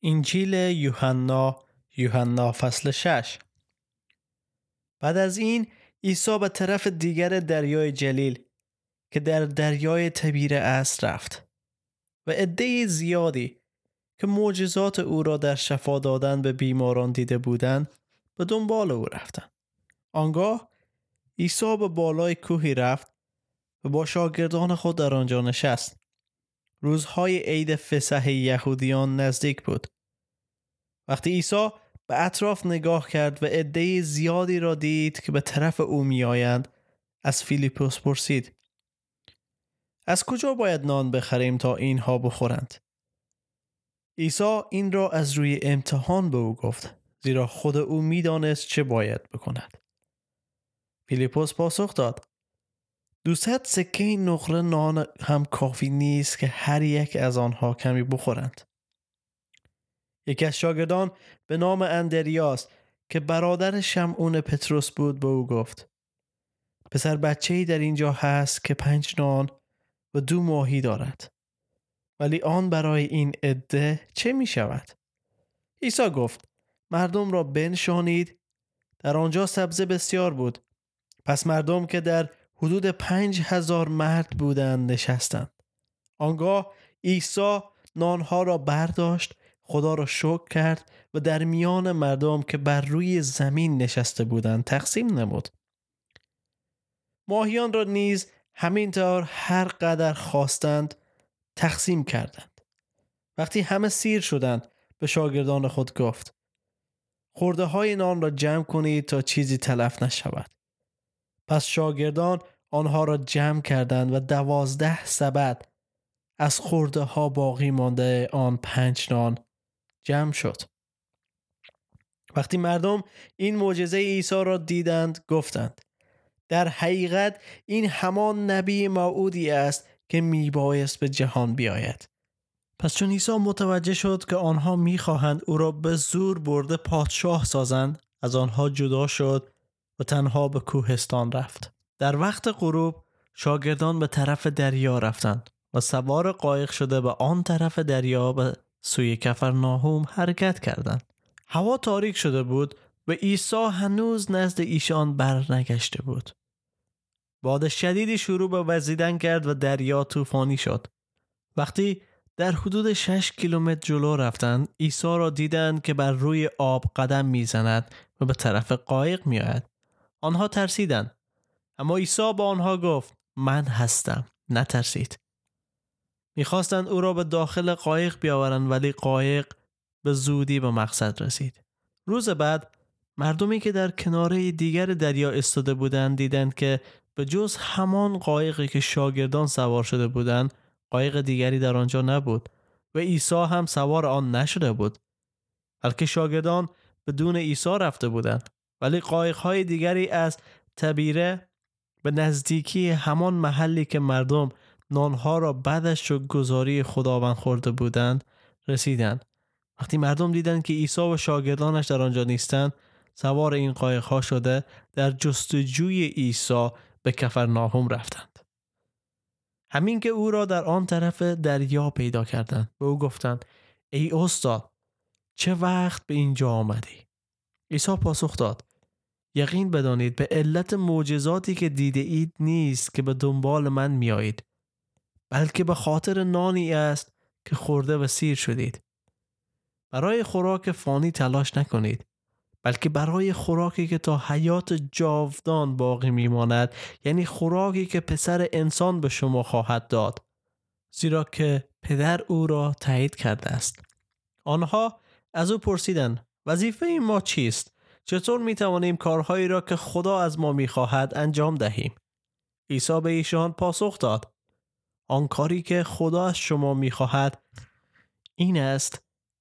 انجیل یوحنا فصل 6. بعد از این عیسی به طرف دیگر دریای جلیل که در دریای تبیره است رفت و عده زیادی که معجزات او را در شفا دادن به بیماران دیده بودند به دنبال او رفتند. آنگاه عیسی به بالای کوهی رفت و با شاگردان خود در آنجا نشست. روزهای عید فسح یهودیان نزدیک بود. وقتی عیسی به اطراف نگاه کرد و عده زیادی را دید که به طرف او می آیند، از فیلیپوس پرسید: از کجا باید نان بخریم تا اینها بخورند؟ عیسی این را از روی امتحان به او گفت، زیرا خود او می دانست چه باید بکند. فیلیپوس پاسخ داد: 200 سکه نقره نان هم کافی نیست که هر یک از آنها کمی بخورند. یکی از شاگردان به نام اندریاس که برادر شمعون پتروس بود به او گفت: پسر بچه‌ای در اینجا هست که 5 نان و 2 ماهی دارد، ولی آن برای این عده چه می شود؟ عیسی گفت: مردم را بنشانید. در آنجا سبزه بسیار بود. پس مردم که در حدود 5000 مرد بودند نشستند. آنگاه عیسی نانها را برداشت، خدا را شکر کرد و در میان مردم که بر روی زمین نشسته بودند تقسیم نمود. ماهیان را نیز همینطور هر قدر خواستند تقسیم کردند. وقتی همه سیر شدند به شاگردان خود گفت: خورده های نان را جمع کنید تا چیزی تلف نشود. پس شاگردان آنها را جمع کردند و 12 سبد از خورده ها باقی مانده آن 5 نان جمع شد. وقتی مردم این معجزه عیسی را دیدند گفتند: در حقیقت این همان نبی موعودی است که میبایست به جهان بیاید. پس چون عیسی متوجه شد که آنها میخواهند او را به زور برده پادشاه سازند، از آنها جدا شد و تنها به کوهستان رفت. در وقت غروب شاگردان به طرف دریا رفتند و سوار قایق شده به آن طرف دریا به سوی کفرناهم حرکت کردند. هوا تاریک شده بود و عیسی هنوز نزد ایشان برنگشته بود. باد شدیدی شروع به وزیدن کرد و دریا طوفانی شد. وقتی در حدود 6 کیلومتر جلو رفتند، عیسی را دیدند که بر روی آب قدم میزند و به طرف قایق میآید. آنها ترسیدند، اما عیسی با آنها گفت: من هستم، نترسید. میخواستند او را به داخل قایق بیاورند، ولی قایق به زودی به مقصد رسید. روز بعد مردمی که در کناره دیگر دریا ایستاده بودند دیدند که به جز همان قایقی که شاگردان سوار شده بودند، قایق دیگری در آنجا نبود و عیسی هم سوار آن نشده بود، بلکه شاگردان بدون عیسی رفته بودند. ولی قایق‌های دیگری از تبیره به نزدیکی همان محلی که مردم نانها را بعد از شکرگزاری خداوند خورده بودند رسیدند. وقتی مردم دیدند که عیسی و شاگردانش در آنجا نیستند، سوار این قایق‌ها شده در جستجوی عیسی به کفرناهم رفتند. همین که او را در آن طرف دریا پیدا کردند، به او گفتند: ای استاد، چه وقت به اینجا آمدی؟ عیسی پاسخ داد: یقین بدانید به علت معجزاتی که دیده اید نیست که به دنبال من می آیید، بلکه به خاطر نانی است که خورده و سیر شدید. برای خوراک فانی تلاش نکنید، بلکه برای خوراکی که تا حیات جاودان باقی میماند، یعنی خوراکی که پسر انسان به شما خواهد داد، زیرا که پدر او را تایید کرده است. آنها از او پرسیدند: وظیفه ما چیست؟ چطور میتوانیم کارهایی را که خدا از ما میخواهد انجام دهیم؟ عیسی به ایشان پاسخ داد: آن کاری که خدا از شما میخواهد این است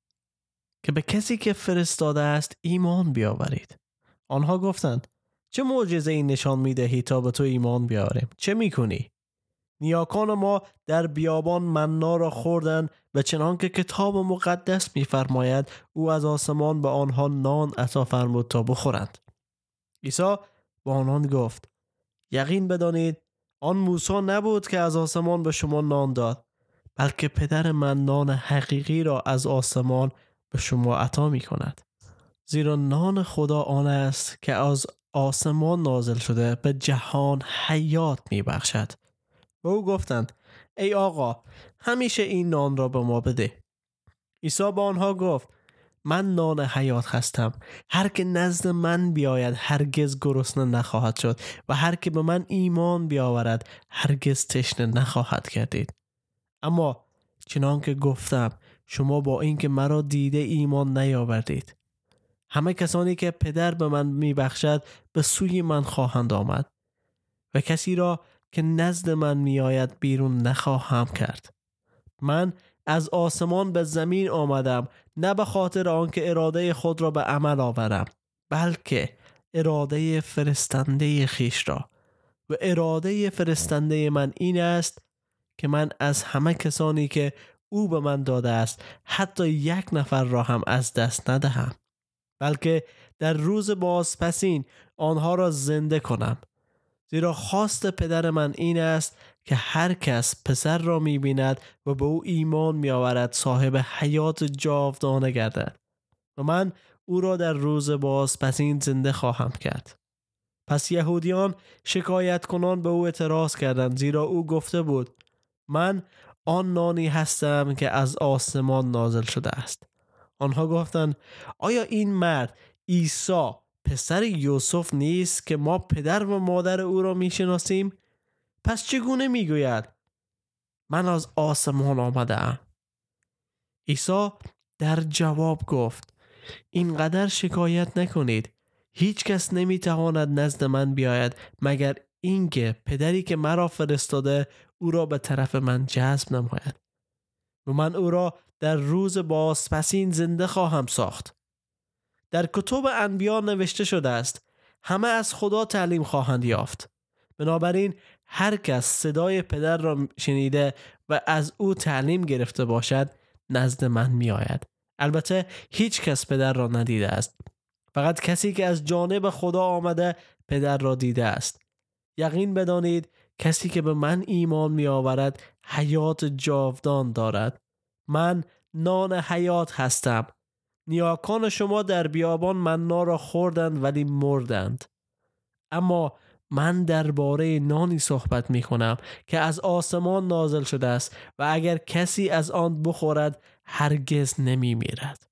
که به کسی که فرستاده است ایمان بیاورید. آنها گفتند: چه معجزه‌ای نشان میدهی تا به تو ایمان بیاوریم؟ چه میکنی؟ نیاکان ما در بیابان مننا را خوردند و چنان که کتاب مقدس میفرماید او از آسمان به آنها نان عطا فرمود تا بخورند. عیسی با آنان گفت: یقین بدانید آن موسی نبود که از آسمان به شما نان داد، بلکه پدر من نان حقیقی را از آسمان به شما عطا می کند. زیرا نان خدا آن است که از آسمان نازل شده به جهان حیات می بخشد. به او گفتند ای آقا همیشه این نان را به ما بده. عیسی به آنها گفت من نان حیات هستم. هر که نزد من بیاید هرگز گرسنه نخواهد شد و هر که به من ایمان بیاورد هرگز تشنه نخواهد گردید. اما چنان که گفتم شما با اینکه مرا دیده ایمان نیاوردید. همه کسانی که پدر به من میبخشد به سوی من خواهند آمد و کسی را که نزد من میآید بیرون نخواهم کرد. من از آسمان به زمین آمدم نه به خاطر آنکه اراده خود را به عمل آورم بلکه اراده فرستنده خیش را و اراده فرستنده من این است که من از همه کسانی که او به من داده است حتی یک نفر را هم از دست ندهم بلکه در روز بازپسین آنها را زنده کنم. زیرا خواست پدر من این است که هر کس پسر را می بیند و به او ایمان می آورد صاحب حیات جاودانه گردد و من او را در روز بازپسین زنده خواهم کرد. پس یهودیان شکایت کنان به او اعتراض کردند زیرا او گفته بود من آن نانی هستم که از آسمان نازل شده است. آنها گفتند آیا این مرد عیسی پسر یوسف نیست که ما پدر و مادر او را می شناسیم؟ پس چگونه می گوید من از آسمان آمدم؟ عیسی در جواب گفت اینقدر شکایت نکنید. هیچ کس نمی تواند نزد من بیاید مگر اینکه پدری که مرا فرستاده او را به طرف من جذب نماید و من او را در روز بازپسین زنده خواهم ساخت. در کتب انبیا نوشته شده است همه از خدا تعلیم خواهند یافت. بنابراین هر کس صدای پدر را شنیده و از او تعلیم گرفته باشد نزد من می آید. البته هیچ کس پدر را ندیده است. فقط کسی که از جانب خدا آمده پدر را دیده است. یقین بدانید کسی که به من ایمان می آورد حیات جاودان دارد. من نان حیات هستم. نیاکان شما در بیابان منا را خوردند ولی مردند. اما من درباره نانی صحبت می کنم که از آسمان نازل شده است و اگر کسی از آن بخورد هرگز نمی میرد.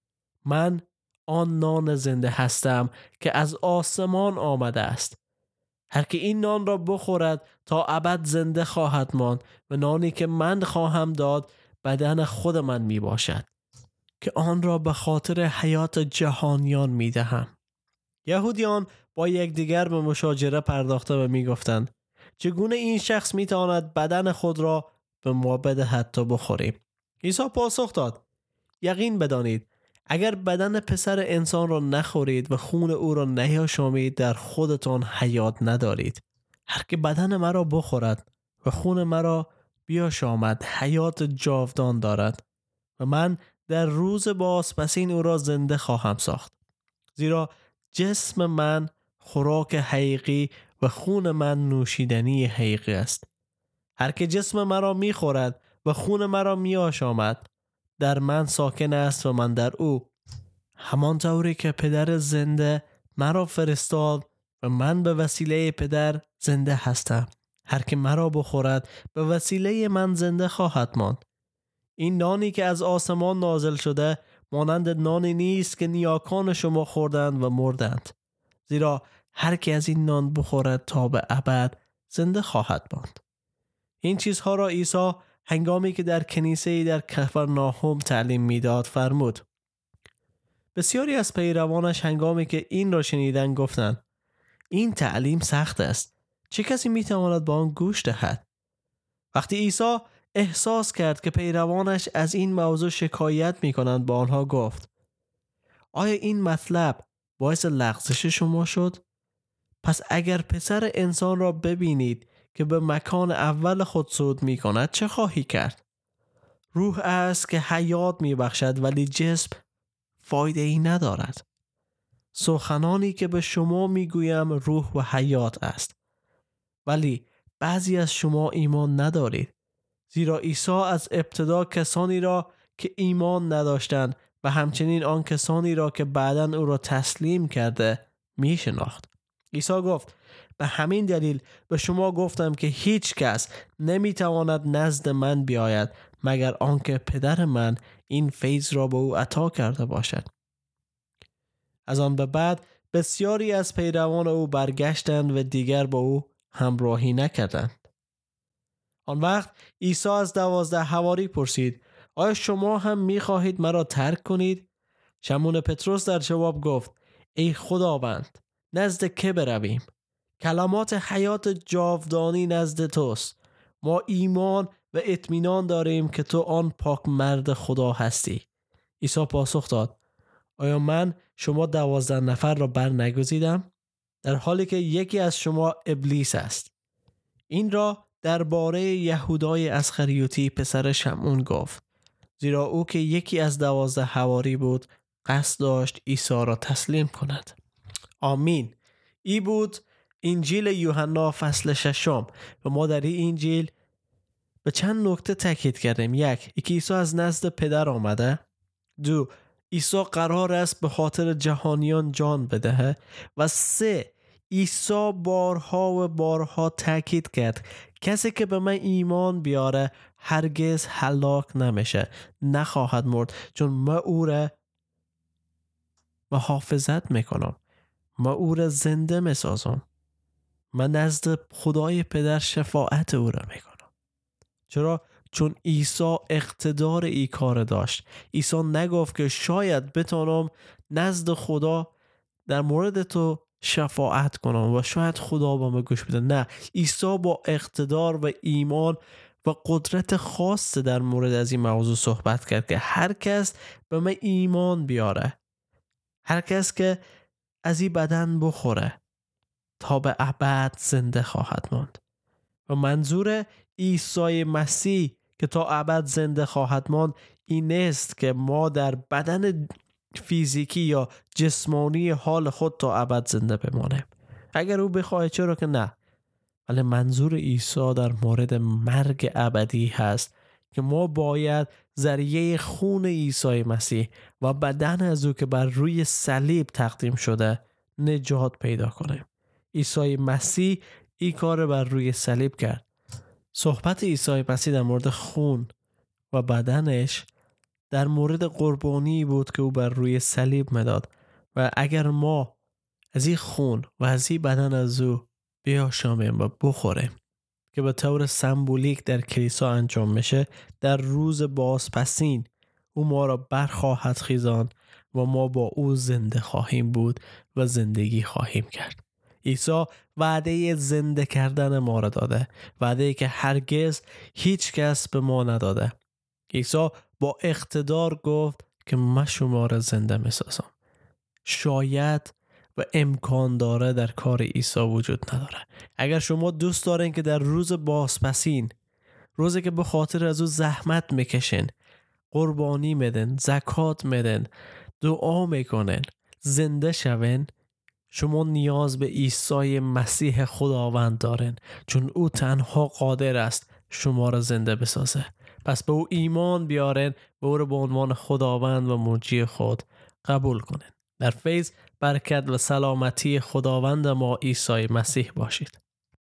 من آن نان زنده هستم که از آسمان آمده است. هر که این نان را بخورد تا ابد زنده خواهد ماند و نانی که من خواهم داد بدن خود من می باشد که آن را به خاطر حیات جهانیان می دهم. یهودیان با یکدیگر به مشاجره پرداخته و می گفتند چگونه این شخص می تواند بدن خود را به ما بدهد تا بخوریم؟ عیسی پاسخ داد یقین بدانید اگر بدن پسر انسان را نخورید و خون او را نیاشامید در خودتان حیات ندارید. هر که بدن مرا بخورد و خون مرا بیاشامد حیات جاودان دارد و من در روز بازپسین او را زنده خواهم ساخت. زیرا جسم من خوراک حقیقی و خون من نوشیدنی حقیقی است. هر که جسم مرا می خورد و خون مرا می آشامد در من ساکن است و من در او. همانطوری که پدر زنده مرا فرستاد و من به وسیله پدر زنده هستم. هر که مرا بخورد به وسیله من زنده خواهد ماند. این نانی که از آسمان نازل شده مانند نانی نیست که نیاکان شما خوردند و مردند. زیرا هر که از این نان بخورد تا به ابد زنده خواهد ماند. این چیزها را عیسی هنگامی که در کنیسه در کفرناهم تعلیم میداد فرمود. بسیاری از پیروانش هنگامی که این را شنیدند گفتند این تعلیم سخت است. چه کسی میتواند با آن گوش دهد؟ وقتی عیسی احساس کرد که پیروانش از این موضوع شکایت میکنند با آنها گفت آیا این مطلب باعث لغزش شما شد؟ پس اگر پسر انسان را ببینید که به مکان اول خود صعود می کند چه خواهی کرد؟ روح است که حیات می بخشد ولی جسم فایده ای ندارد. سخنانی که به شما می گویم روح و حیات است ولی بعضی از شما ایمان ندارید. زیرا عیسی از ابتدا کسانی را که ایمان نداشتند و همچنین آن کسانی را که بعداً او را تسلیم کرده می شناخت. عیسی گفت به همین دلیل به شما گفتم که هیچ کس نمی تواند نزد من بیاید مگر آنکه پدر من این فیض را به او عطا کرده باشد. از آن به بعد بسیاری از پیروان او برگشتند و دیگر با او همراهی نکردند. آن وقت عیسی از 12 حواری پرسید آیا شما هم می خواهید مرا ترک کنید؟ شمعون پطرس در جواب گفت ای خداوند، نزد که برویم؟ کلمات حیات جاودانی نزد توست. ما ایمان و اطمینان داریم که تو آن پاک مرد خدا هستی. عیسی پاسخ داد آیا من شما 12 نفر را بر نگزیدم؟ در حالی که یکی از شما ابلیس است. این را درباره یهودای اسخریوطی پسر شمعون گفت، زیرا او که یکی از 12 حواری بود قصد داشت عیسی را تسلیم کند. آمین. این بود انجیل یوحنا فصل 6 و ما در این انجیل به چند نکته تاکید کردیم. یک، عیسی از نزد پدر آمده. 2، عیسی قرار است به خاطر جهانیان جان بدهد. و 3، عیسی بارها و بارها تاکید کرد کسی که به من ایمان بیاره هرگز هلاک نمیشه، نخواهد مرد، چون من او را محافظت میکنم، من او را زنده میسازم، من نزد خدای پدر شفاعت او را میکنم. چرا؟ چون عیسی اقتدار ای کار داشت. عیسی نگفت که شاید بتونم نزد خدا در مورد تو شفاعت کنم و شاید خدا با من گوش بده. نه، عیسی با اقتدار و ایمان و قدرت خاص در مورد از این موضوع صحبت کرد که هر کس به من ایمان بیاره، هر کس که از این بدن بخوره تا به ابد زنده خواهد ماند. و منظور عیسی مسیح که تا ابد زنده خواهد ماند این است که ما در بدن فیزیکی یا جسمانی حال خود تا ابد زنده بمانیم اگر او بخواهد، چرا که نه. ولی منظور عیسی در مورد مرگ ابدی هست که ما باید ذریعه خون عیسی مسیح و بدن از او که بر روی صلیب تقدیم شده نجات پیدا کنیم. عیسی مسیح این کار بر روی صلیب کرد. صحبت عیسی مسیح در مورد خون و بدنش در مورد قربانی بود که او بر روی صلیب میداد. و اگر ما از این خون و از این بدن از او بیاشامیم و بخوریم که به طور سمبولیک در کلیسا انجام میشه، در روز بازپسین او ما را برخواهد خیزاند و ما با او زنده خواهیم بود و زندگی خواهیم کرد. عیسی وعده زنده کردن ما را داده، وعده که هرگز هیچ کس به ما نداده. عیسی با اقتدار گفت که من شما را زنده میسازم. شاید و امکان داره در کار عیسی وجود نداره. اگر شما دوست دارین که در روز بازپسین، روزی که به خاطر از او زحمت میکشین، قربانی میدن، زکات میدن، دعا میکنن، زنده شوین، شما نیاز به عیسی مسیح خداوند دارین، چون او تنها قادر است شما را زنده بسازه. پس به او ایمان بیارین و او را به عنوان خداوند و منجی خود قبول کنین. در فیض، برکت و سلامتی خداوند ما عیسی مسیح باشید.